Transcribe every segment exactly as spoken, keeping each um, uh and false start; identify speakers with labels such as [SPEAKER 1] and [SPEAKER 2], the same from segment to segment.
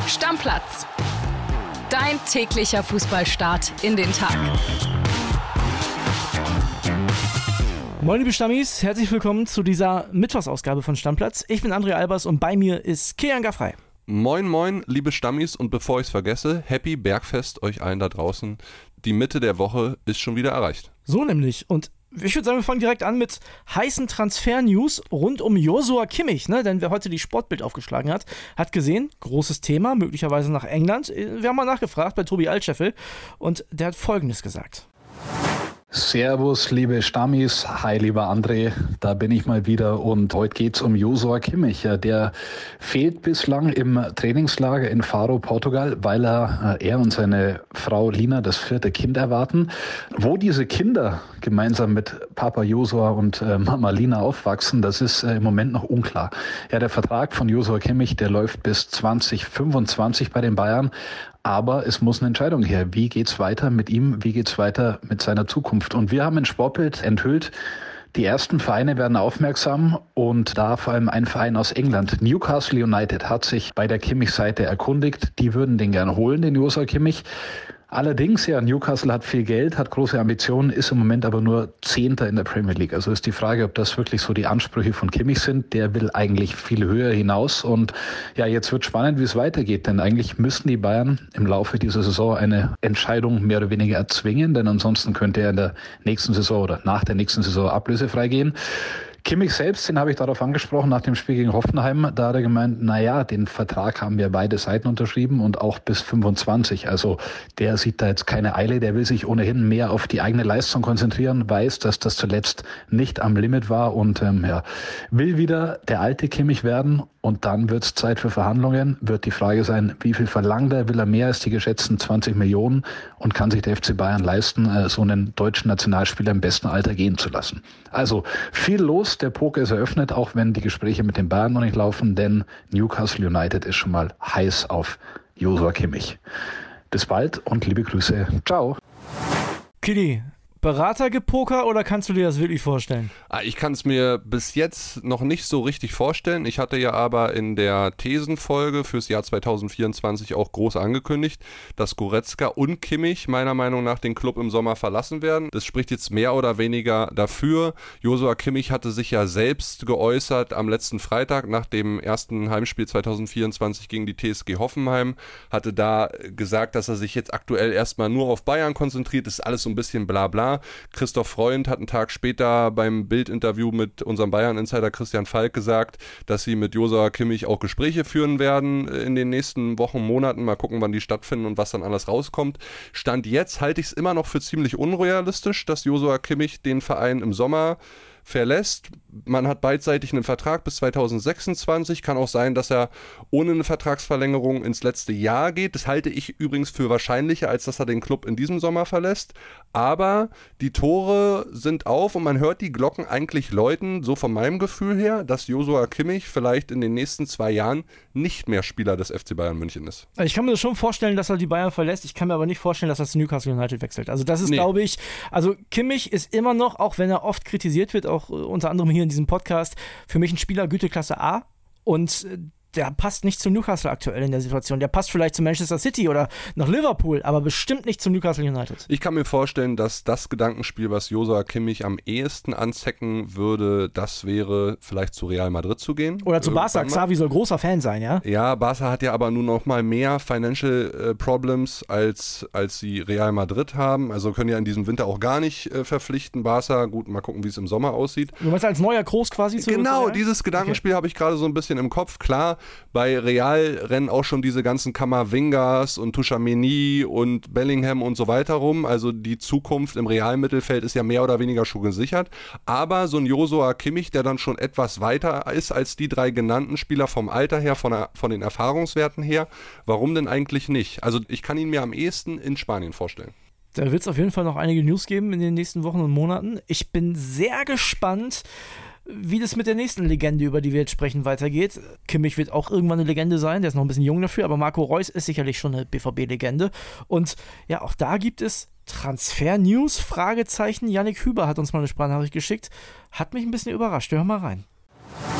[SPEAKER 1] Stammplatz. Dein täglicher Fußballstart in den Tag.
[SPEAKER 2] Moin liebe Stammis, herzlich willkommen zu dieser Mittwochsausgabe von Stammplatz. Ich bin André Albers und bei mir ist Kilian Gaffrey.
[SPEAKER 3] Moin moin, liebe Stammis, und bevor ich es vergesse, Happy Bergfest euch allen da draußen. Die Mitte der Woche ist schon wieder erreicht.
[SPEAKER 2] So nämlich. Und ich würde sagen, wir fangen direkt an mit heißen Transfer-News rund um Joshua Kimmich, ne? Denn wer heute die Sportbild aufgeschlagen hat, hat gesehen, großes Thema, möglicherweise nach England. Wir haben mal nachgefragt bei Tobi Altscheffel und der hat Folgendes gesagt.
[SPEAKER 4] Servus, liebe Stammis, hi, lieber André, da bin ich mal wieder und heute geht's um Joshua Kimmich. Der fehlt bislang im Trainingslager in Faro, Portugal, weil er, er und seine Frau Lina das vierte Kind erwarten. Wo diese Kinder gemeinsam mit Papa Joshua und Mama Lina aufwachsen, das ist im Moment noch unklar. Ja, der Vertrag von Joshua Kimmich, der läuft bis zwanzig fünfundzwanzig bei den Bayern. Aber es muss eine Entscheidung her. Wie geht's weiter mit ihm? Wie geht's weiter mit seiner Zukunft? Und wir haben in Sportbild enthüllt, die ersten Vereine werden aufmerksam und da vor allem ein Verein aus England, Newcastle United, hat sich bei der Kimmich-Seite erkundigt. Die würden den gern holen, den Joshua Kimmich. Allerdings, ja, Newcastle hat viel Geld, hat große Ambitionen, ist im Moment aber nur Zehnter in der Premier League. Also ist die Frage, ob das wirklich so die Ansprüche von Kimmich sind. Der will eigentlich viel höher hinaus. Und ja, jetzt wird spannend, wie es weitergeht. Denn eigentlich müssten die Bayern im Laufe dieser Saison eine Entscheidung mehr oder weniger erzwingen. Denn ansonsten könnte er in der nächsten Saison oder nach der nächsten Saison ablösefrei gehen. Kimmich selbst, den habe ich darauf angesprochen, nach dem Spiel gegen Hoffenheim, da hat er gemeint, naja, den Vertrag haben wir beide Seiten unterschrieben und auch bis fünfundzwanzig. Also der sieht da jetzt keine Eile, der will sich ohnehin mehr auf die eigene Leistung konzentrieren, weiß, dass das zuletzt nicht am Limit war und ähm, ja, will wieder der alte Kimmich werden. Und dann wird es Zeit für Verhandlungen, wird die Frage sein, wie viel verlangt er, will er mehr als die geschätzten zwanzig Millionen und kann sich der F C Bayern leisten, so einen deutschen Nationalspieler im besten Alter gehen zu lassen. Also viel los, der Poker ist eröffnet, auch wenn die Gespräche mit den Bayern noch nicht laufen, denn Newcastle United ist schon mal heiß auf Joshua Kimmich. Bis bald und liebe Grüße. Ciao.
[SPEAKER 2] Kili, Beratergepoker oder kannst du dir das wirklich vorstellen?
[SPEAKER 3] Ich kann es mir bis jetzt noch nicht so richtig vorstellen. Ich hatte ja aber in der Thesenfolge fürs Jahr zwanzig vierundzwanzig auch groß angekündigt, dass Goretzka und Kimmich meiner Meinung nach den Club im Sommer verlassen werden. Das spricht jetzt mehr oder weniger dafür. Joshua Kimmich hatte sich ja selbst geäußert am letzten Freitag nach dem ersten Heimspiel zwanzig vierundzwanzig gegen die T S G Hoffenheim, hatte da gesagt, dass er sich jetzt aktuell erstmal nur auf Bayern konzentriert. Das ist alles so ein bisschen bla bla. Christoph Freund hat einen Tag später beim Bild-Interview mit unserem Bayern-Insider Christian Falk gesagt, dass sie mit Joshua Kimmich auch Gespräche führen werden in den nächsten Wochen, Monaten. Mal gucken, wann die stattfinden und was dann alles rauskommt. Stand jetzt halte ich es immer noch für ziemlich unrealistisch, dass Joshua Kimmich den Verein im Sommer verlässt. Man hat beidseitig einen Vertrag bis zwanzig sechsundzwanzig. Kann auch sein, dass er ohne eine Vertragsverlängerung ins letzte Jahr geht. Das halte ich übrigens für wahrscheinlicher, als dass er den Club in diesem Sommer verlässt. Aber die Tore sind auf und man hört die Glocken eigentlich läuten, so von meinem Gefühl her, dass Joshua Kimmich vielleicht in den nächsten zwei Jahren nicht mehr Spieler des F C Bayern München ist.
[SPEAKER 2] Ich kann mir das schon vorstellen, dass er die Bayern verlässt. Ich kann mir aber nicht vorstellen, dass er zu Newcastle United wechselt. Also das ist, nee. glaube ich, also Kimmich ist immer noch, auch wenn er oft kritisiert wird, auch unter anderem hier in diesem Podcast, für mich ein Spieler Güteklasse A und der passt nicht zu Newcastle aktuell in der Situation. Der passt vielleicht zu Manchester City oder nach Liverpool, aber bestimmt nicht zu Newcastle United.
[SPEAKER 3] Ich kann mir vorstellen, dass das Gedankenspiel, was Joshua Kimmich am ehesten anzecken würde, das wäre vielleicht zu Real Madrid zu gehen.
[SPEAKER 2] Oder zu Barca. Xavi soll großer Fan sein, ja?
[SPEAKER 3] Ja, Barca hat ja aber nur noch mal mehr Financial äh, Problems, als, als sie Real Madrid haben. Also können ja in diesem Winter auch gar nicht äh, verpflichten. Barca, gut, mal gucken, wie es im Sommer aussieht.
[SPEAKER 2] Du meinst als neuer Groß quasi zu
[SPEAKER 3] Genau,
[SPEAKER 2] zu
[SPEAKER 3] dieses Gedankenspiel okay. habe ich gerade so ein bisschen im Kopf. Klar, bei Real rennen auch schon diese ganzen Kamavingas und Tchouaméni und Bellingham und so weiter rum. Also die Zukunft im Real-Mittelfeld ist ja mehr oder weniger schon gesichert. Aber so ein Joshua Kimmich, der dann schon etwas weiter ist als die drei genannten Spieler vom Alter her, von, der, von den Erfahrungswerten her, warum denn eigentlich nicht? Also ich kann ihn mir am ehesten in Spanien vorstellen.
[SPEAKER 2] Da wird es auf jeden Fall noch einige News geben in den nächsten Wochen und Monaten. Ich bin sehr gespannt, wie das mit der nächsten Legende, über die wir jetzt sprechen, weitergeht. Kimmich wird auch irgendwann eine Legende sein, der ist noch ein bisschen jung dafür, aber Marco Reus ist sicherlich schon eine B V B-Legende. Und ja, auch da gibt es Transfer-News, Fragezeichen. Yannick Hüber hat uns mal eine Sprachnachricht geschickt, hat mich ein bisschen überrascht. Hör mal rein.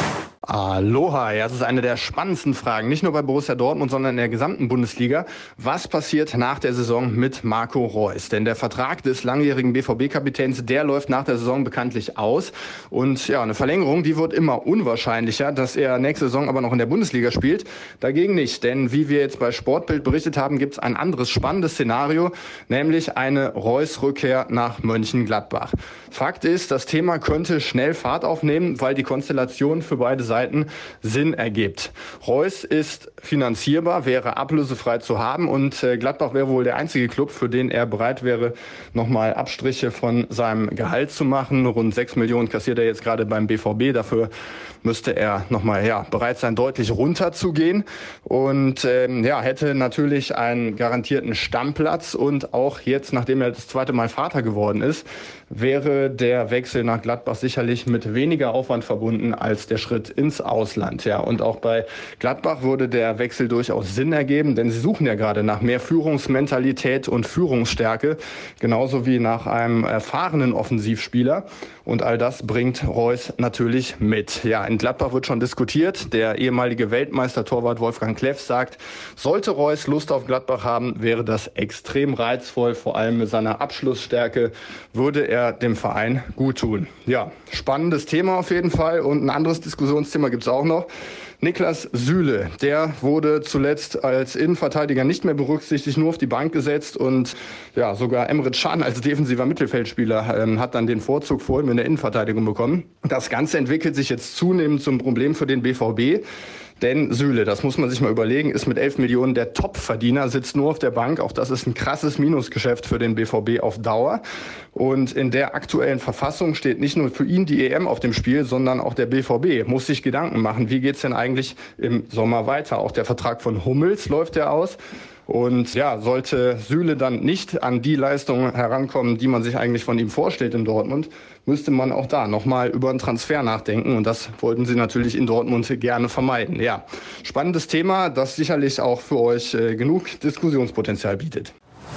[SPEAKER 5] Aloha, ja, das ist eine der spannendsten Fragen, nicht nur bei Borussia Dortmund, sondern in der gesamten Bundesliga. Was passiert nach der Saison mit Marco Reus? Denn der Vertrag des langjährigen B V B-Kapitäns, der läuft nach der Saison bekanntlich aus. Und ja, eine Verlängerung, die wird immer unwahrscheinlicher, dass er nächste Saison aber noch in der Bundesliga spielt. Dagegen nicht, denn wie wir jetzt bei Sportbild berichtet haben, gibt es ein anderes spannendes Szenario, nämlich eine Reus-Rückkehr nach Mönchengladbach. Fakt ist, das Thema könnte schnell Fahrt aufnehmen, weil die Konstellation für beide Seiten Sinn ergibt. Reus ist finanzierbar, wäre ablösefrei zu haben und äh, Gladbach wäre wohl der einzige Club, für den er bereit wäre, nochmal Abstriche von seinem Gehalt zu machen. Rund sechs Millionen kassiert er jetzt gerade beim B V B. Dafür müsste er nochmal ja, bereit sein, deutlich runterzugehen und ähm, ja, hätte natürlich einen garantierten Stammplatz und auch jetzt, nachdem er das zweite Mal Vater geworden ist, wäre der Wechsel nach Gladbach sicherlich mit weniger Aufwand verbunden als der Schritt ins Ausland. Ja, und auch bei Gladbach würde der Wechsel durchaus Sinn ergeben, denn sie suchen ja gerade nach mehr Führungsmentalität und Führungsstärke, genauso wie nach einem erfahrenen Offensivspieler. Und all das bringt Reus natürlich mit. Ja, in Gladbach wird schon diskutiert. Der ehemalige Weltmeister-Torwart Wolfgang Klepf sagt, sollte Reus Lust auf Gladbach haben, wäre das extrem reizvoll. Vor allem mit seiner Abschlussstärke würde er dem Verein gut tun. Ja, spannendes Thema auf jeden Fall. Und ein anderes Diskussionsthema gibt es auch noch. Niklas Süle, der wurde zuletzt als Innenverteidiger nicht mehr berücksichtigt, nur auf die Bank gesetzt und ja, sogar Emre Can als defensiver Mittelfeldspieler ähm, hat dann den Vorzug vor ihm in der Innenverteidigung bekommen. Das Ganze entwickelt sich jetzt zunehmend zum Problem für den B V B. Denn Süle, das muss man sich mal überlegen, ist mit elf Millionen der Top-Verdiener, sitzt nur auf der Bank. Auch das ist ein krasses Minusgeschäft für den B V B auf Dauer. Und in der aktuellen Verfassung steht nicht nur für ihn die E M auf dem Spiel, sondern auch der B V B muss sich Gedanken machen, wie geht's denn eigentlich im Sommer weiter? Auch der Vertrag von Hummels läuft ja aus. Und ja, sollte Süle dann nicht an die Leistungen herankommen, die man sich eigentlich von ihm vorstellt in Dortmund, müsste man auch da nochmal über einen Transfer nachdenken. Und das wollten sie natürlich in Dortmund gerne vermeiden. Ja, spannendes Thema, das sicherlich auch für euch äh, genug Diskussionspotenzial bietet.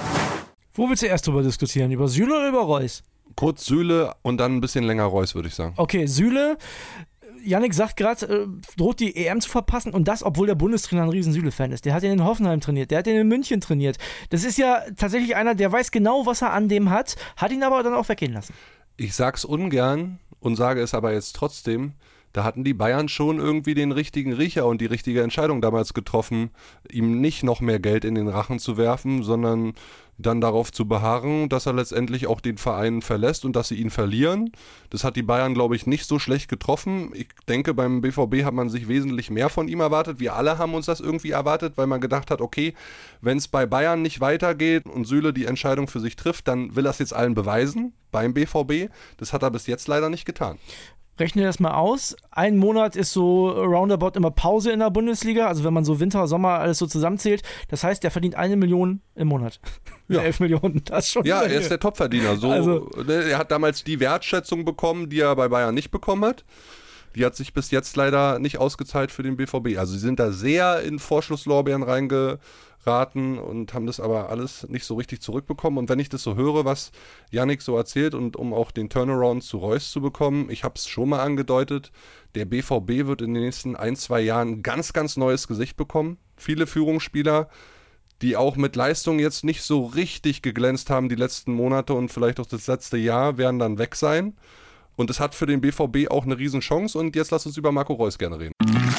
[SPEAKER 2] Wo willst du erst drüber diskutieren? Über Süle oder über Reus?
[SPEAKER 3] Kurz Süle und dann ein bisschen länger Reus, würde ich sagen.
[SPEAKER 2] Okay, Süle. Yannick sagt gerade, äh, droht die E M zu verpassen und das, obwohl der Bundestrainer ein riesen Süle-Fan ist. Der hat ihn in Hoffenheim trainiert, der hat ihn in München trainiert. Das ist ja tatsächlich einer, der weiß genau, was er an dem hat, hat ihn aber dann auch weggehen lassen.
[SPEAKER 3] Ich sag's ungern und sage es aber jetzt trotzdem, da hatten die Bayern schon irgendwie den richtigen Riecher und die richtige Entscheidung damals getroffen, ihm nicht noch mehr Geld in den Rachen zu werfen, sondern dann darauf zu beharren, dass er letztendlich auch den Verein verlässt und dass sie ihn verlieren. Das hat die Bayern, glaube ich, nicht so schlecht getroffen. Ich denke, beim B V B hat man sich wesentlich mehr von ihm erwartet. Wir alle haben uns das irgendwie erwartet, weil man gedacht hat, okay, wenn es bei Bayern nicht weitergeht und Süle die Entscheidung für sich trifft, dann will er es jetzt allen beweisen beim B V B. Das hat er bis jetzt leider nicht getan.
[SPEAKER 2] Rechne das mal aus. Ein Monat ist so roundabout immer Pause in der Bundesliga, also wenn man so Winter, Sommer alles so zusammenzählt. Das heißt, der verdient eine Million im Monat. Ja. Elf Millionen, das ist schon.
[SPEAKER 3] Ja, er ist der Topverdiener. So, also, er hat damals die Wertschätzung bekommen, die er bei Bayern nicht bekommen hat. Die hat sich bis jetzt leider nicht ausgezahlt für den B V B. Also sie sind da sehr in Vorschusslorbeeren reingeraten und haben das aber alles nicht so richtig zurückbekommen. Und wenn ich das so höre, was Yannick so erzählt und um auch den Turnaround zu Reus zu bekommen, ich habe es schon mal angedeutet, der B V B wird in den nächsten ein, zwei Jahren ein ganz, ganz neues Gesicht bekommen. Viele Führungsspieler, die auch mit Leistung jetzt nicht so richtig geglänzt haben die letzten Monate und vielleicht auch das letzte Jahr, werden dann weg sein. Und es hat für den B V B auch eine Riesenchance. Und jetzt lasst uns über Marco Reus gerne reden.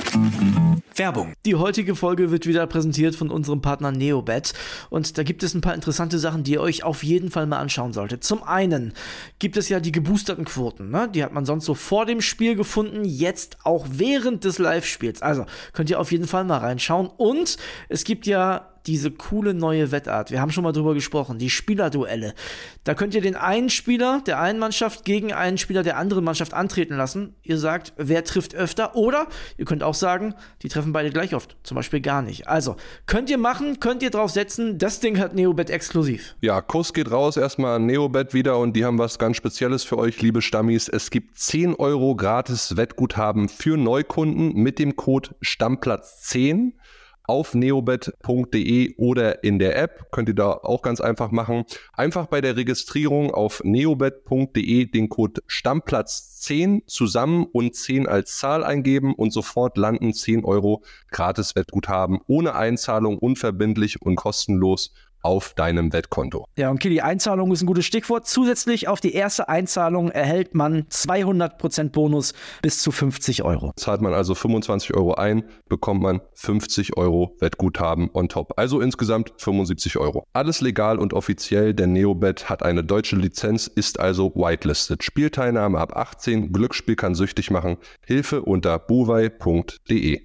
[SPEAKER 2] Werbung. Die heutige Folge wird wieder präsentiert von unserem Partner Neobet. Und da gibt es ein paar interessante Sachen, die ihr euch auf jeden Fall mal anschauen solltet. Zum einen gibt es ja die geboosterten Quoten. Ne? Die hat man sonst so vor dem Spiel gefunden, jetzt auch während des Live-Spiels. Also könnt ihr auf jeden Fall mal reinschauen. Und es gibt ja diese coole neue Wettart. Wir haben schon mal drüber gesprochen, die Spielerduelle. Da könnt ihr den einen Spieler der einen Mannschaft gegen einen Spieler der anderen Mannschaft antreten lassen. Ihr sagt, wer trifft öfter? Oder ihr könnt auch sagen, die treffen beide gleich oft. Zum Beispiel gar nicht. Also, könnt ihr machen, könnt ihr drauf setzen. Das Ding hat Neobet exklusiv.
[SPEAKER 6] Ja, Kuss geht raus erstmal an Neobet wieder und die haben was ganz Spezielles für euch, liebe Stammis. Es gibt zehn Euro gratis Wettguthaben für Neukunden mit dem Code Stammplatz zehn. auf neobet punkt de oder in der App. Könnt ihr da auch ganz einfach machen. Einfach bei der Registrierung auf neobet punkt de den Code Stammplatz zehn zusammen und zehn als Zahl eingeben und sofort landen zehn Euro Gratis-Wettguthaben ohne Einzahlung, unverbindlich und kostenlos auf deinem Wettkonto.
[SPEAKER 2] Ja, und Kili, Einzahlung ist ein gutes Stichwort. Zusätzlich auf die erste Einzahlung erhält man zweihundert Prozent Bonus bis zu fünfzig Euro.
[SPEAKER 6] Zahlt man also fünfundzwanzig Euro ein, bekommt man fünfzig Euro Wettguthaben on top. Also insgesamt fünfundsiebzig Euro. Alles legal und offiziell, denn Neobet hat eine deutsche Lizenz, ist also whitelisted. Spielteilnahme ab achtzehn, Glücksspiel kann süchtig machen. Hilfe unter buwei punkt de.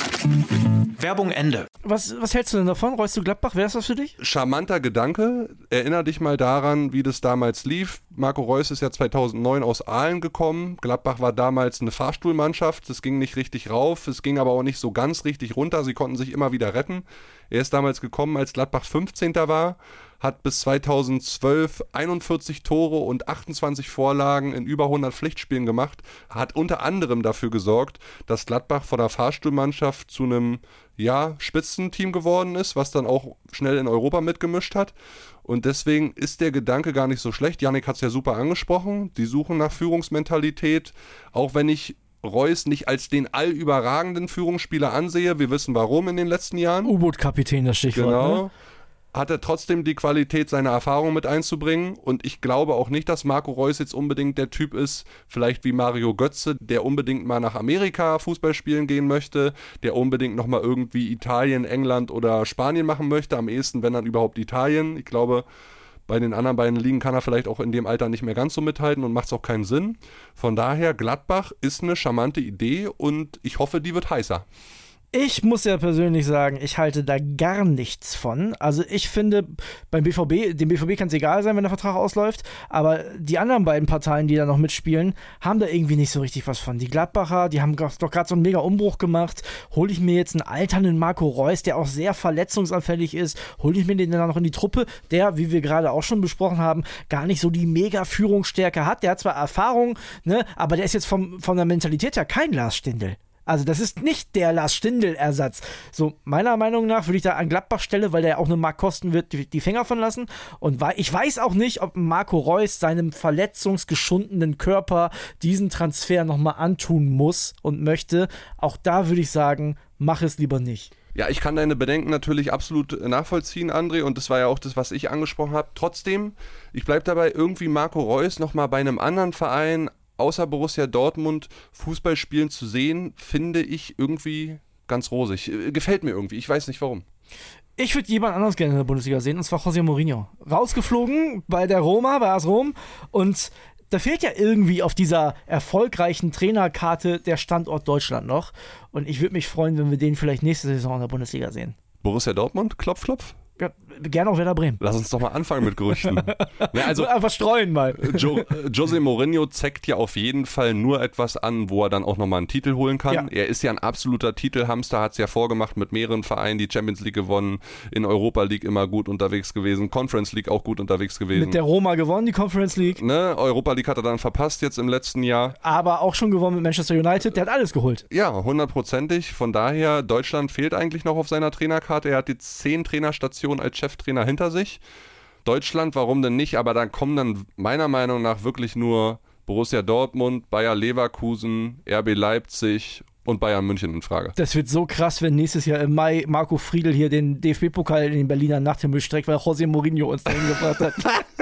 [SPEAKER 7] Werbung Ende.
[SPEAKER 2] Was, was hältst du denn davon? Reust du Gladbach? Wäre das was für dich?
[SPEAKER 3] Charmanter Gedanke. Erinner dich mal daran, wie das damals lief. Marco Reus ist ja zweitausendneun aus Aalen gekommen. Gladbach war damals eine Fahrstuhlmannschaft. Es ging nicht richtig rauf. Es ging aber auch nicht so ganz richtig runter. Sie konnten sich immer wieder retten. Er ist damals gekommen, als Gladbach fünfzehnter war. Hat bis zweitausendzwölf einundvierzig Tore und achtundzwanzig Vorlagen in über hundert Pflichtspielen gemacht. Hat unter anderem dafür gesorgt, dass Gladbach von der Fahrstuhlmannschaft zu einem ja, Spitzenteam geworden ist, was dann auch schnell in Europa mitgemischt hat. Und deswegen ist der Gedanke gar nicht so schlecht. Yannick hat es ja super angesprochen. Die suchen nach Führungsmentalität. Auch wenn ich Reus nicht als den allüberragenden Führungsspieler ansehe. Wir wissen warum in den letzten Jahren.
[SPEAKER 2] U-Boot-Kapitän, das Stichwort.
[SPEAKER 3] Genau.
[SPEAKER 2] Ne?
[SPEAKER 3] Hat er trotzdem die Qualität, seine Erfahrung mit einzubringen. Und ich glaube auch nicht, dass Marco Reus jetzt unbedingt der Typ ist, vielleicht wie Mario Götze, der unbedingt mal nach Amerika Fußball spielen gehen möchte, der unbedingt nochmal irgendwie Italien, England oder Spanien machen möchte. Am ehesten, wenn dann überhaupt Italien. Ich glaube, bei den anderen beiden Ligen kann er vielleicht auch in dem Alter nicht mehr ganz so mithalten und macht es auch keinen Sinn. Von daher, Gladbach ist eine charmante Idee und ich hoffe, die wird heißer.
[SPEAKER 2] Ich muss ja persönlich sagen, ich halte da gar nichts von. Also ich finde, beim B V B, dem B V B kann es egal sein, wenn der Vertrag ausläuft, aber die anderen beiden Parteien, die da noch mitspielen, haben da irgendwie nicht so richtig was von. Die Gladbacher, die haben doch gerade so einen mega Umbruch gemacht. Hole ich mir jetzt einen alternden Marco Reus, der auch sehr verletzungsanfällig ist, hole ich mir den dann noch in die Truppe, der, wie wir gerade auch schon besprochen haben, gar nicht so die mega Führungsstärke hat. Der hat zwar Erfahrung, ne, aber der ist jetzt vom, von der Mentalität her kein Lars Stindl. Also das ist nicht der Lars Stindl-Ersatz. So, meiner Meinung nach würde ich da an Gladbach stelle, weil der auch eine Mark kosten wird, die, die Finger von lassen. Und weil, ich weiß auch nicht, ob Marco Reus seinem verletzungsgeschundenen Körper diesen Transfer nochmal antun muss und möchte. Auch da würde ich sagen, mach es lieber nicht.
[SPEAKER 3] Ja, ich kann deine Bedenken natürlich absolut nachvollziehen, André, und das war ja auch das, was ich angesprochen habe. Trotzdem, ich bleibe dabei, irgendwie Marco Reus nochmal bei einem anderen Verein außer Borussia Dortmund Fußball spielen zu sehen, finde ich irgendwie ganz rosig. Gefällt mir irgendwie, ich weiß nicht warum.
[SPEAKER 2] Ich würde jemand anderes gerne in der Bundesliga sehen, und zwar José Mourinho. Rausgeflogen bei der Roma, bei A S Rom, und da fehlt ja irgendwie auf dieser erfolgreichen Trainerkarte der Standort Deutschland noch. Und ich würde mich freuen, wenn wir den vielleicht nächste Saison in der Bundesliga sehen.
[SPEAKER 3] Borussia Dortmund, klopf, klopf.
[SPEAKER 2] Ja, gerne auch Werder Bremen.
[SPEAKER 3] Lass uns doch mal anfangen mit Gerüchten. Ja, also,
[SPEAKER 2] einfach streuen mal.
[SPEAKER 3] Jo, José Mourinho zeigt ja auf jeden Fall nur etwas an, wo er dann auch nochmal einen Titel holen kann. Ja. Er ist ja ein absoluter Titelhamster, hat es ja vorgemacht mit mehreren Vereinen, die Champions League gewonnen, in Europa League immer gut unterwegs gewesen, Conference League auch gut unterwegs gewesen.
[SPEAKER 2] Mit der Roma gewonnen, die Conference League.
[SPEAKER 3] Ne, Europa League hat er dann verpasst jetzt im letzten Jahr.
[SPEAKER 2] Aber auch schon gewonnen mit Manchester United, der hat alles geholt.
[SPEAKER 3] Ja, hundertprozentig. Von daher, Deutschland fehlt eigentlich noch auf seiner Trainerkarte. Er hat die zehn Trainerstationen als Cheftrainer hinter sich. Deutschland, warum denn nicht? Aber dann kommen dann meiner Meinung nach wirklich nur Borussia Dortmund, Bayer Leverkusen, R B Leipzig und Bayern München in Frage.
[SPEAKER 2] Das wird so krass, wenn nächstes Jahr im Mai Marco Friedl hier den D F B-Pokal in den Berliner Nachthimmel streckt, weil José Mourinho uns dahin gebracht hat.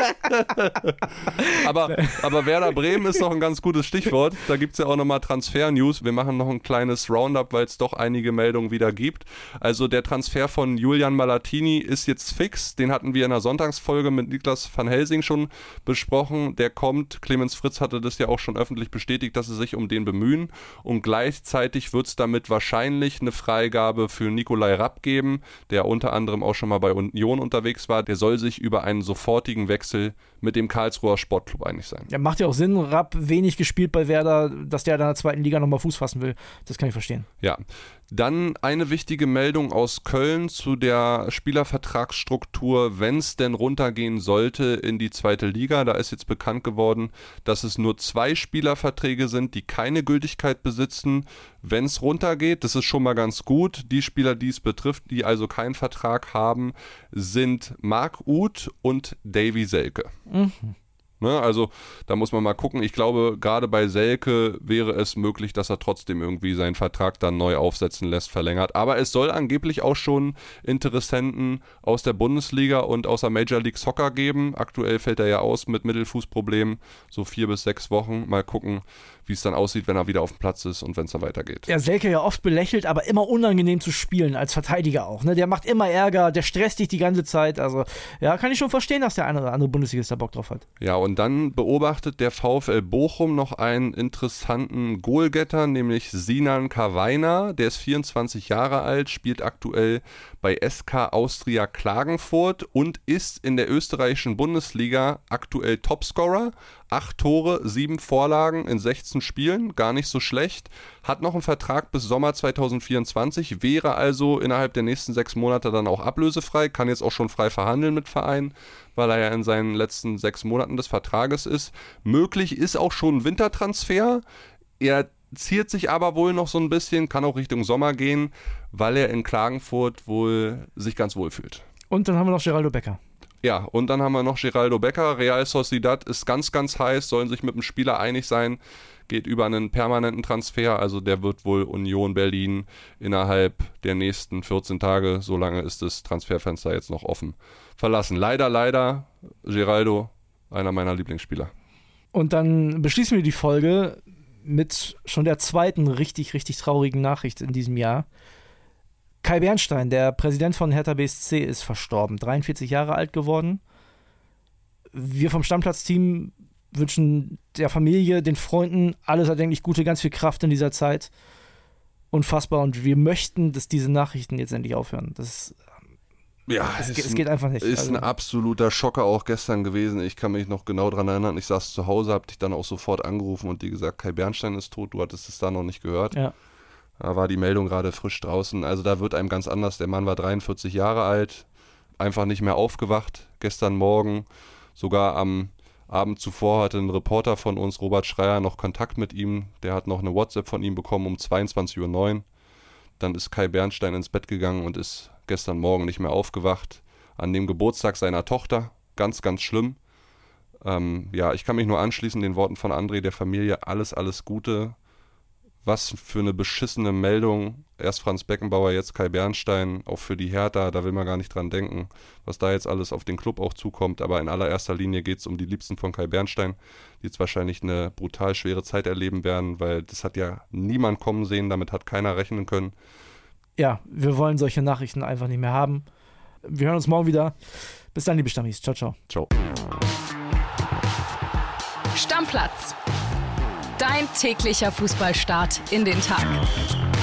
[SPEAKER 3] aber, aber Werder Bremen ist noch ein ganz gutes Stichwort. Da gibt es ja auch nochmal Transfer-News. Wir machen noch ein kleines Roundup, weil es doch einige Meldungen wieder gibt. Also der Transfer von Julian Malatini ist jetzt fix. Den hatten wir in der Sonntagsfolge mit Niklas van Helsing schon besprochen. Der kommt. Clemens Fritz hatte das ja auch schon öffentlich bestätigt, dass sie sich um den bemühen. Und gleichzeitig wird es damit wahrscheinlich eine Freigabe für Nikolai Rapp geben, der unter anderem auch schon mal bei Union unterwegs war. Der soll sich über einen sofortigen Wechsel Wechsel mit dem Karlsruher Sportclub einig sein.
[SPEAKER 2] Ja, macht ja auch Sinn. Rapp wenig gespielt bei Werder, dass der in der zweiten Liga nochmal Fuß fassen will. Das kann ich verstehen.
[SPEAKER 3] Ja, dann eine wichtige Meldung aus Köln zu der Spielervertragsstruktur, wenn es denn runtergehen sollte in die zweite Liga. Da ist jetzt bekannt geworden, dass es nur zwei Spielerverträge sind, die keine Gültigkeit besitzen, wenn es runtergeht. Das ist schon mal ganz gut. Die Spieler, die es betrifft, die also keinen Vertrag haben, sind Marc Uth und Davy Selke. Mhm. Ne, also da muss man mal gucken. Ich glaube, gerade bei Selke wäre es möglich, dass er trotzdem irgendwie seinen Vertrag dann neu aufsetzen lässt, verlängert. Aber es soll angeblich auch schon Interessenten aus der Bundesliga und aus der Major League Soccer geben. Aktuell fällt er ja aus mit Mittelfußproblemen, so vier bis sechs Wochen. Mal gucken, wie es dann aussieht, wenn er wieder auf dem Platz ist und wenn es dann weitergeht.
[SPEAKER 2] Ja, Selke ja oft belächelt, aber immer unangenehm zu spielen, als Verteidiger auch. Ne? Der macht immer Ärger, der stresst dich die ganze Zeit. Also ja, kann ich schon verstehen, dass der eine oder andere Bundesligist da Bock drauf hat.
[SPEAKER 3] Ja, und dann beobachtet der VfL Bochum noch einen interessanten Goalgetter, nämlich Sinan Kavaina. Der ist vierundzwanzig Jahre alt, spielt aktuell bei S K Austria Klagenfurt und ist in der österreichischen Bundesliga aktuell Topscorer. Acht Tore, sieben Vorlagen in sechzehn Spielen, gar nicht so schlecht. Hat noch einen Vertrag bis Sommer zwanzig vierundzwanzig, wäre also innerhalb der nächsten sechs Monate dann auch ablösefrei, kann jetzt auch schon frei verhandeln mit Vereinen, weil er ja in seinen letzten sechs Monaten des Vertrages ist. Möglich ist auch schon ein Wintertransfer. Er ziert sich aber wohl noch so ein bisschen, kann auch Richtung Sommer gehen, weil er in Klagenfurt wohl sich ganz wohl fühlt.
[SPEAKER 2] Und dann haben wir noch Geraldo Becker.
[SPEAKER 3] Ja, und dann haben wir noch Geraldo Becker. Real Sociedad ist ganz, ganz heiß, sollen sich mit dem Spieler einig sein, geht über einen permanenten Transfer, also der wird wohl Union Berlin innerhalb der nächsten vierzehn Tage, so lange ist das Transferfenster jetzt noch offen, verlassen. Leider, leider, Geraldo, einer meiner Lieblingsspieler.
[SPEAKER 2] Und dann beschließen wir die Folge mit schon der zweiten richtig, richtig traurigen Nachricht in diesem Jahr. Kai Bernstein, der Präsident von Hertha B S C, ist verstorben, dreiundvierzig Jahre alt geworden. Wir vom Stammplatz-Team wünschen der Familie, den Freunden alles erdenklich Gute, ganz viel Kraft in dieser Zeit. Unfassbar, und wir möchten, dass diese Nachrichten jetzt endlich aufhören. Das,
[SPEAKER 3] ja,
[SPEAKER 2] es,
[SPEAKER 3] es,
[SPEAKER 2] es geht einfach nicht.
[SPEAKER 3] Ist
[SPEAKER 2] also.
[SPEAKER 3] ein absoluter Schocker auch gestern gewesen. Ich kann mich noch genau daran erinnern. Ich saß zu Hause, hab dich dann auch sofort angerufen und dir gesagt, Kai Bernstein ist tot. Du hattest es da noch nicht gehört.
[SPEAKER 2] Ja.
[SPEAKER 3] Da war die Meldung gerade frisch draußen. Also da wird einem ganz anders. Der Mann war dreiundvierzig Jahre alt, einfach nicht mehr aufgewacht. Gestern Morgen, sogar am Abend zuvor, hatte ein Reporter von uns, Robert Schreier, noch Kontakt mit ihm. Der hat noch eine WhatsApp von ihm bekommen um zweiundzwanzig Uhr neun. Dann ist Kai Bernstein ins Bett gegangen und ist gestern Morgen nicht mehr aufgewacht. An dem Geburtstag seiner Tochter. Ganz, ganz schlimm. Ähm, ja, ich kann mich nur anschließen den Worten von André, der Familie. Alles, alles Gute. Was für eine beschissene Meldung. Erst Franz Beckenbauer, jetzt Kai Bernstein, auch für die Hertha, da will man gar nicht dran denken, was da jetzt alles auf den Club auch zukommt. Aber in allererster Linie geht es um die Liebsten von Kai Bernstein, die jetzt wahrscheinlich eine brutal schwere Zeit erleben werden, weil das hat ja niemand kommen sehen, damit hat keiner rechnen können.
[SPEAKER 2] Ja, wir wollen solche Nachrichten einfach nicht mehr haben. Wir hören uns morgen wieder. Bis dann, liebe Stammis. Ciao, ciao.
[SPEAKER 3] Ciao.
[SPEAKER 1] Stammplatz. Dein täglicher Fußballstart in den Tag.